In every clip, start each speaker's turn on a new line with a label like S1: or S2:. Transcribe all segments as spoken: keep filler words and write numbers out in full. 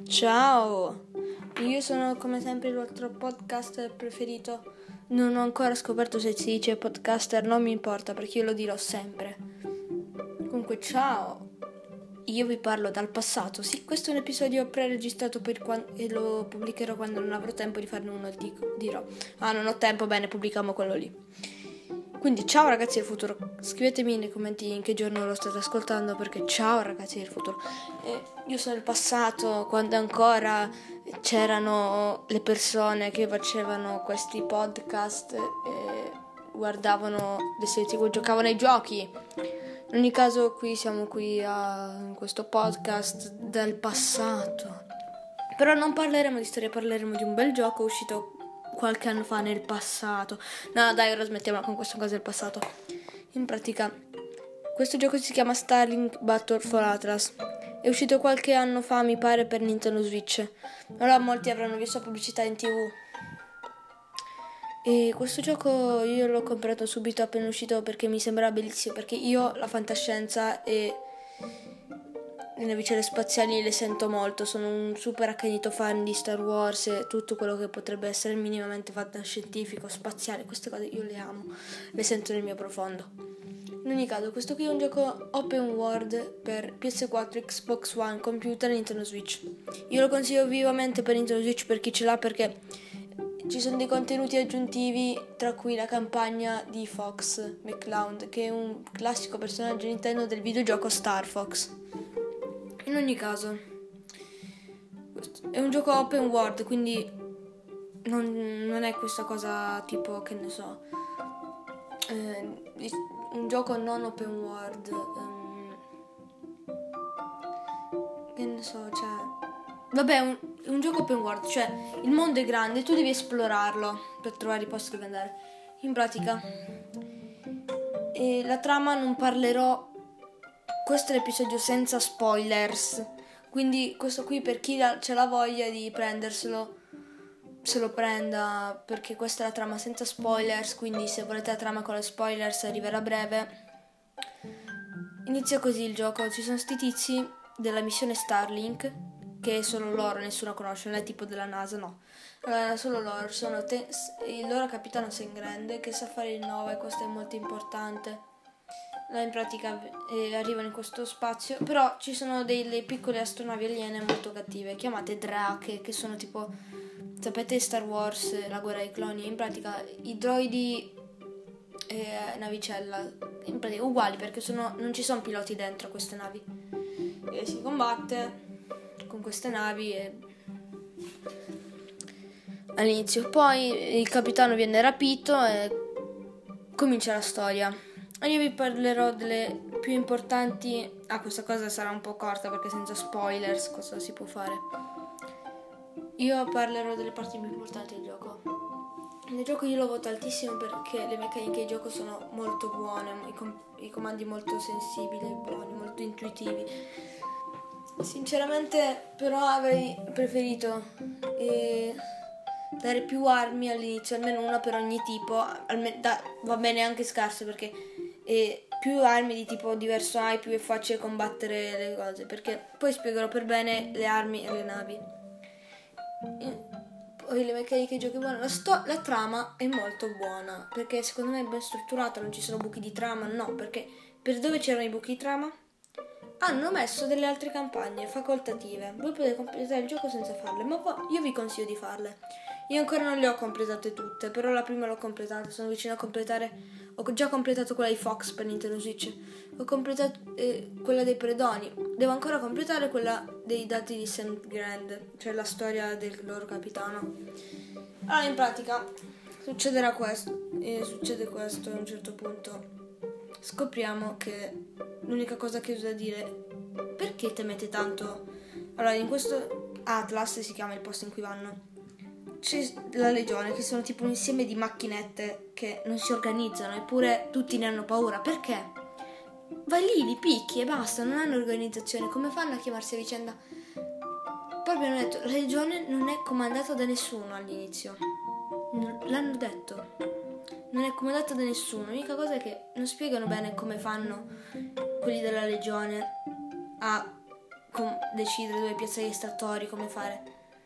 S1: Ciao, io sono come sempre il vostro podcaster preferito. Non ho ancora scoperto se si dice podcaster, non mi importa perché io lo dirò sempre. Comunque ciao, io vi parlo dal passato. Sì, questo è un episodio pre-registrato per quando, e lo pubblicherò quando non avrò tempo di farne uno, dico, dirò. Ah, non ho tempo, bene, pubblichiamo quello lì. Quindi ciao ragazzi del futuro, scrivetemi nei commenti in che giorno lo state ascoltando, perché ciao ragazzi del futuro. Eh, io sono il passato, quando ancora c'erano le persone che facevano questi podcast e guardavano le serie tv, giocavano ai giochi. In ogni caso qui siamo qui a, in questo podcast del passato. Però non parleremo di storia, parleremo di un bel gioco uscito qualche anno fa nel passato. No dai, ora smettiamola con questa cosa del passato. In pratica questo gioco si chiama Starlink Battle for Atlas. È uscito qualche anno fa, mi pare, per Nintendo Switch. Allora molti avranno visto pubblicità in tv. E questo gioco io l'ho comprato subito appena uscito perché mi sembrava bellissimo, perché io la fantascienza e le navicelle spaziali le sento molto, sono un super accanito fan di Star Wars e tutto quello che potrebbe essere minimamente fantascientifico, spaziale, queste cose io le amo, le sento nel mio profondo. In ogni caso, questo qui è un gioco open world per P S quattro, Xbox One, computer e Nintendo Switch. Io lo consiglio vivamente per Nintendo Switch per chi ce l'ha, perché ci sono dei contenuti aggiuntivi, tra cui la campagna di Fox McCloud, che è un classico personaggio Nintendo del videogioco Star Fox. In ogni caso, è un gioco open world, quindi non, non è questa cosa tipo, che ne so, eh, un gioco non open world, um, che ne so, cioè, vabbè, un, un gioco open world, cioè il mondo è grande, tu devi esplorarlo per trovare i posti dove andare. In pratica, e la trama non parlerò. Questo è l'episodio senza spoilers, quindi questo qui per chi c'è la voglia di prenderselo, se lo prenda, perché questa è la trama senza spoilers, quindi se volete la trama con le spoilers arriverà a breve. Inizia così il gioco, ci sono sti tizi della missione Starlink, che solo loro, nessuno conosce, non è tipo della NASA, no. Allora, solo loro, sono te- il loro capitano Sengrande che sa fare il nove, e questo è molto importante. In pratica eh, arrivano in questo spazio, però ci sono delle piccole astronavi aliene molto cattive chiamate Drake, che sono tipo, sapete, Star Wars, la guerra dei cloni. In pratica i droidi eh, navicella, in pratica uguali, perché sono, non ci sono piloti dentro queste navi e si combatte con queste navi e all'inizio poi il capitano viene rapito e comincia la storia. Io vi parlerò delle più importanti. Ah, questa cosa sarà un po' corta perché senza spoilers cosa si può fare. Io parlerò delle parti più importanti del gioco. Nel gioco io lo voto altissimo perché le meccaniche di gioco sono molto buone, i, com- i comandi molto sensibili, buoni, molto intuitivi. Sinceramente però avrei preferito eh, dare più armi all'inizio, almeno una per ogni tipo, alme- da- va bene anche scarse, perché e più armi di tipo diverso hai, più è facile combattere le cose, perché poi spiegherò per bene le armi e le navi. E poi le meccaniche di gioco buone, la, sto- la trama è molto buona, perché secondo me è ben strutturata, non ci sono buchi di trama, no, perché per dove c'erano i buchi di trama hanno messo delle altre campagne facoltative, voi potete completare il gioco senza farle, ma io vi consiglio di farle. Io ancora non le ho completate tutte, però la prima l'ho completata, sono vicino a completare, ho già completato quella di Fox per Nintendo Switch, ho completato eh, quella dei predoni, devo ancora completare quella dei dati di Saint Grand, cioè la storia del loro capitano. Allora in pratica succederà questo, e succede questo a un certo punto. Scopriamo che l'unica cosa che ho da dire, perché temete tanto? Allora in questo Atlas si chiama il posto in cui vanno, c'è la legione, che sono tipo un insieme di macchinette che non si organizzano, eppure tutti ne hanno paura. Perché? Vai lì, li picchi e basta, non hanno organizzazione. Come fanno a chiamarsi a vicenda? Proprio hanno detto, la legione non è comandata da nessuno all'inizio. L'hanno detto. Non è comandata da nessuno. L'unica cosa è che non spiegano bene come fanno quelli della legione a com- decidere dove piazzare gli estrattori, come fare.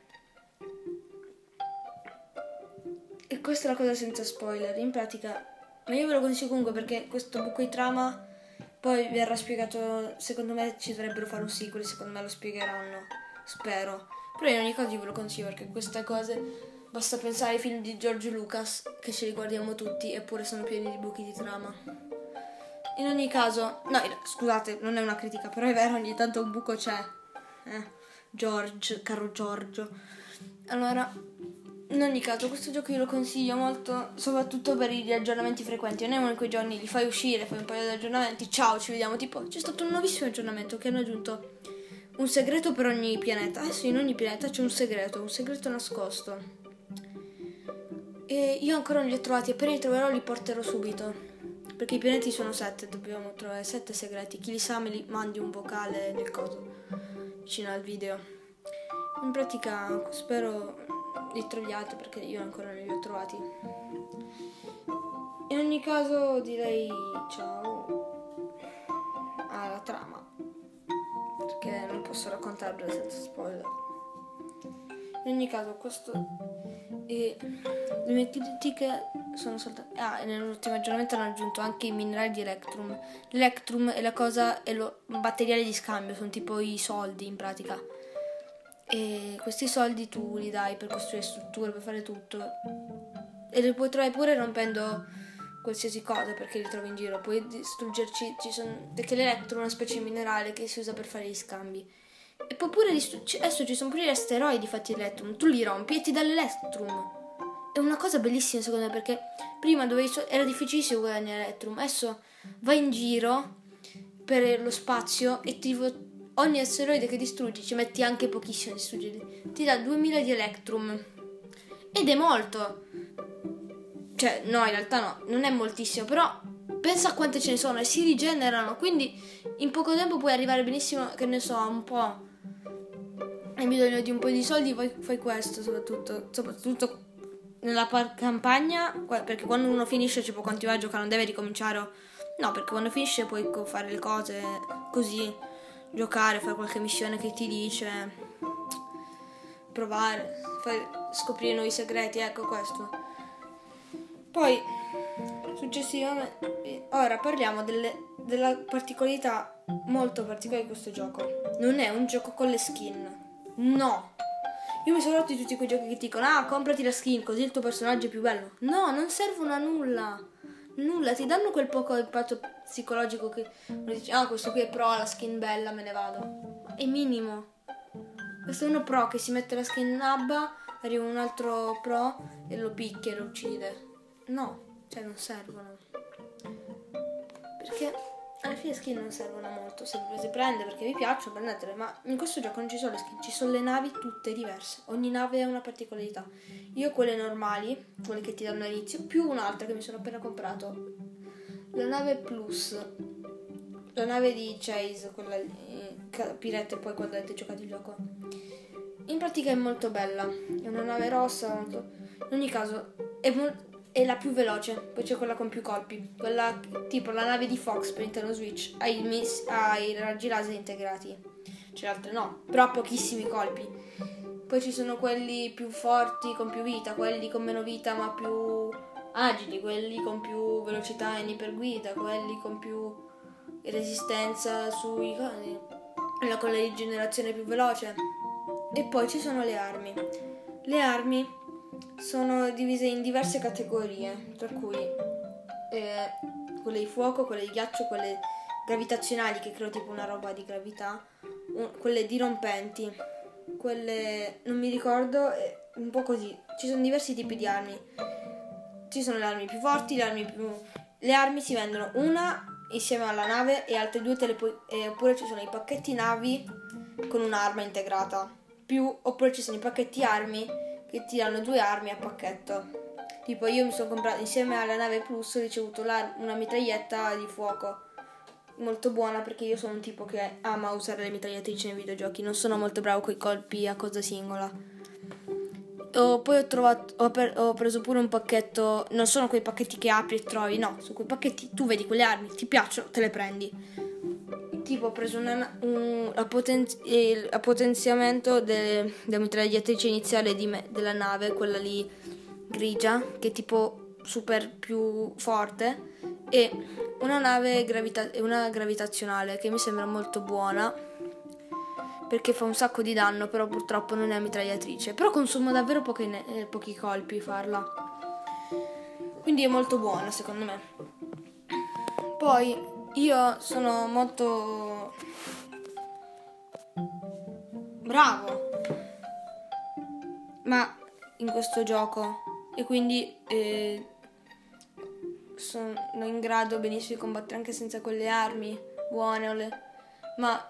S1: E questa è la cosa senza spoiler, in pratica. Ma io ve lo consiglio comunque perché questo buco di trama poi verrà spiegato, secondo me ci dovrebbero fare un sequel, secondo me lo spiegheranno, spero. Però in ogni caso io ve lo consiglio perché queste cose, basta pensare ai film di George Lucas, che ce li guardiamo tutti, eppure sono pieni di buchi di trama. In ogni caso, no, scusate, non è una critica, però è vero, ogni tanto un buco c'è. Eh, George, caro Giorgio. Allora, in ogni caso, questo gioco io lo consiglio molto, soprattutto per gli aggiornamenti frequenti. Non è uno di quei giorni, li fai uscire, fai un paio di aggiornamenti, ciao, ci vediamo. Tipo, c'è stato un nuovissimo aggiornamento che hanno aggiunto un segreto per ogni pianeta. Adesso in ogni pianeta c'è un segreto, un segreto nascosto. E io ancora non li ho trovati, appena li troverò li porterò subito. Perché i pianeti sono sette, dobbiamo trovare sette segreti. Chi li sa me li mandi un vocale nel coso, vicino al video. In pratica, spero li troviate perché io ancora non li ho trovati. In ogni caso direi ciao alla trama, perché non posso raccontarvela senza spoiler. In ogni caso questo e le mie critiche sono soltanto ah e nell'ultimo aggiornamento hanno aggiunto anche i minerali di Electrum. L'Electrum è la cosa, è lo materiale di scambio, sono tipo i soldi in pratica. E questi soldi tu li dai per costruire strutture, per fare tutto. E li puoi trovare pure rompendo qualsiasi cosa, perché li trovi in giro. Puoi distruggerci, ci sono, perché l'elettro è una specie di minerale che si usa per fare gli scambi. E poi pure distru- adesso ci sono pure gli asteroidi fatti di elettrum. Tu li rompi e ti dà l'elettrum. È una cosa bellissima secondo me, perché prima dovevi so- era difficilissimo guadagnare elettrum. Adesso vai in giro per lo spazio e ti vo- ogni asteroide che distruggi, ci metti anche pochissimo a distruggerli, ti dà duemila di Electrum. Ed è molto. Cioè, no, in realtà no, non è moltissimo, però pensa a quante ce ne sono e si rigenerano, quindi in poco tempo puoi arrivare benissimo, che ne so, un po'. Hai bisogno di un po' di soldi, poi fai questo, soprattutto, soprattutto nella par- campagna, perché quando uno finisce ci può continuare a giocare, non deve ricominciare. No, perché quando finisce puoi fare le cose così, giocare, fare qualche missione che ti dice, provare, fare, scoprire nuovi segreti, ecco questo. Poi successivamente ora parliamo delle, della particolarità molto particolare di questo gioco. Non è un gioco con le skin, no. Io mi sono rotto di tutti quei giochi che ti dicono ah, comprati la skin così il tuo personaggio è più bello. No, non servono a nulla. Nulla, ti danno quel poco impatto psicologico che uno dice ah, questo qui è pro, la skin bella, me ne vado. È minimo. Questo è uno pro che si mette la skin in abba, arriva un altro pro e lo picchia e lo uccide. No, cioè non servono. Perché alla fine le skin non servono molto. Se vi prende perché vi piacciono, prendetele. Ma in questo gioco non ci sono le skin, ci sono le navi tutte diverse. Ogni nave ha una particolarità. Io quelle normali, quelle che ti danno all'inizio, più un'altra che mi sono appena comprato. La nave Plus. La nave di Chase, quella capirete poi quando avete giocato il gioco. In pratica è molto bella. È una nave rossa, molto... In ogni caso, è molto... è la più veloce, poi c'è quella con più colpi, quella tipo la nave di Fox per Nintendo Switch, ha i, miss- ha i raggi laser integrati, c'è altre no, però ha pochissimi colpi. Poi ci sono quelli più forti con più vita, quelli con meno vita ma più agili, quelli con più velocità in iperguida, quelli con più resistenza sui cani, quella con la rigenerazione più veloce. E poi ci sono le armi. Le armi sono divise in diverse categorie, per cui eh, quelle di fuoco, quelle di ghiaccio, quelle gravitazionali che creano tipo una roba di gravità, un, quelle dirompenti, quelle non mi ricordo, eh, un po' così. Ci sono diversi tipi di armi. Ci sono le armi più forti, le armi più... Le armi si vendono una insieme alla nave e altre due te le puoi... Eh, oppure ci sono i pacchetti navi con un'arma integrata. Più, oppure ci sono i pacchetti armi che ti danno due armi a pacchetto. Tipo io mi sono comprato insieme alla nave Plus, ho ricevuto una mitraglietta di fuoco molto buona, perché io sono un tipo che ama usare le mitragliatrici nei videogiochi, non sono molto bravo coi colpi a cosa singola. O poi ho trovato ho, per, ho preso pure un pacchetto, non sono quei pacchetti che apri e trovi, no, sono quei pacchetti, tu vedi quelle armi, ti piacciono, te le prendi, tipo ho preso una, un a poten- il a potenziamento de- della mitragliatrice iniziale di me- della nave, quella lì grigia, che è tipo super più forte, e una nave gravita- una gravitazionale che mi sembra molto buona perché fa un sacco di danno, però purtroppo non è mitragliatrice, però consuma davvero pochi, ne- eh, pochi colpi farla, quindi è molto buona secondo me. Poi io sono molto bravo ma in questo gioco, e quindi eh, sono in grado benissimo di combattere anche senza quelle armi buone o le... ma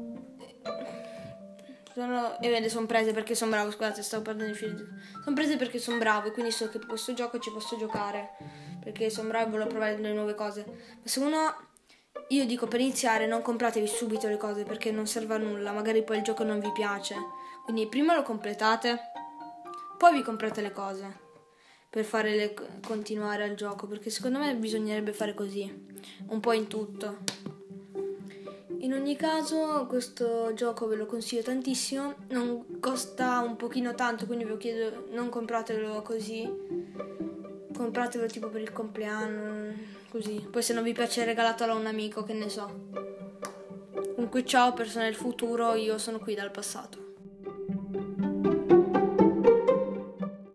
S1: sono... e vede, sono prese perché sono bravo. Scusate, stavo perdendo il filo. Sono prese perché sono bravo, e quindi so che questo gioco ci posso giocare perché sono bravo e voglio provare delle nuove cose. Ma se uno, io dico, per iniziare non compratevi subito le cose perché non serve a nulla, magari poi il gioco non vi piace, quindi prima lo completate, poi vi comprate le cose per fare le, continuare al gioco, perché secondo me bisognerebbe fare così un po' in tutto. In ogni caso questo gioco ve lo consiglio tantissimo, non costa un pochino tanto, quindi vi chiedo non compratelo così, compratelo tipo per il compleanno, così. Poi se non vi piace regalatelo a un amico, che ne so. Comunque ciao persone del futuro, io sono qui dal passato.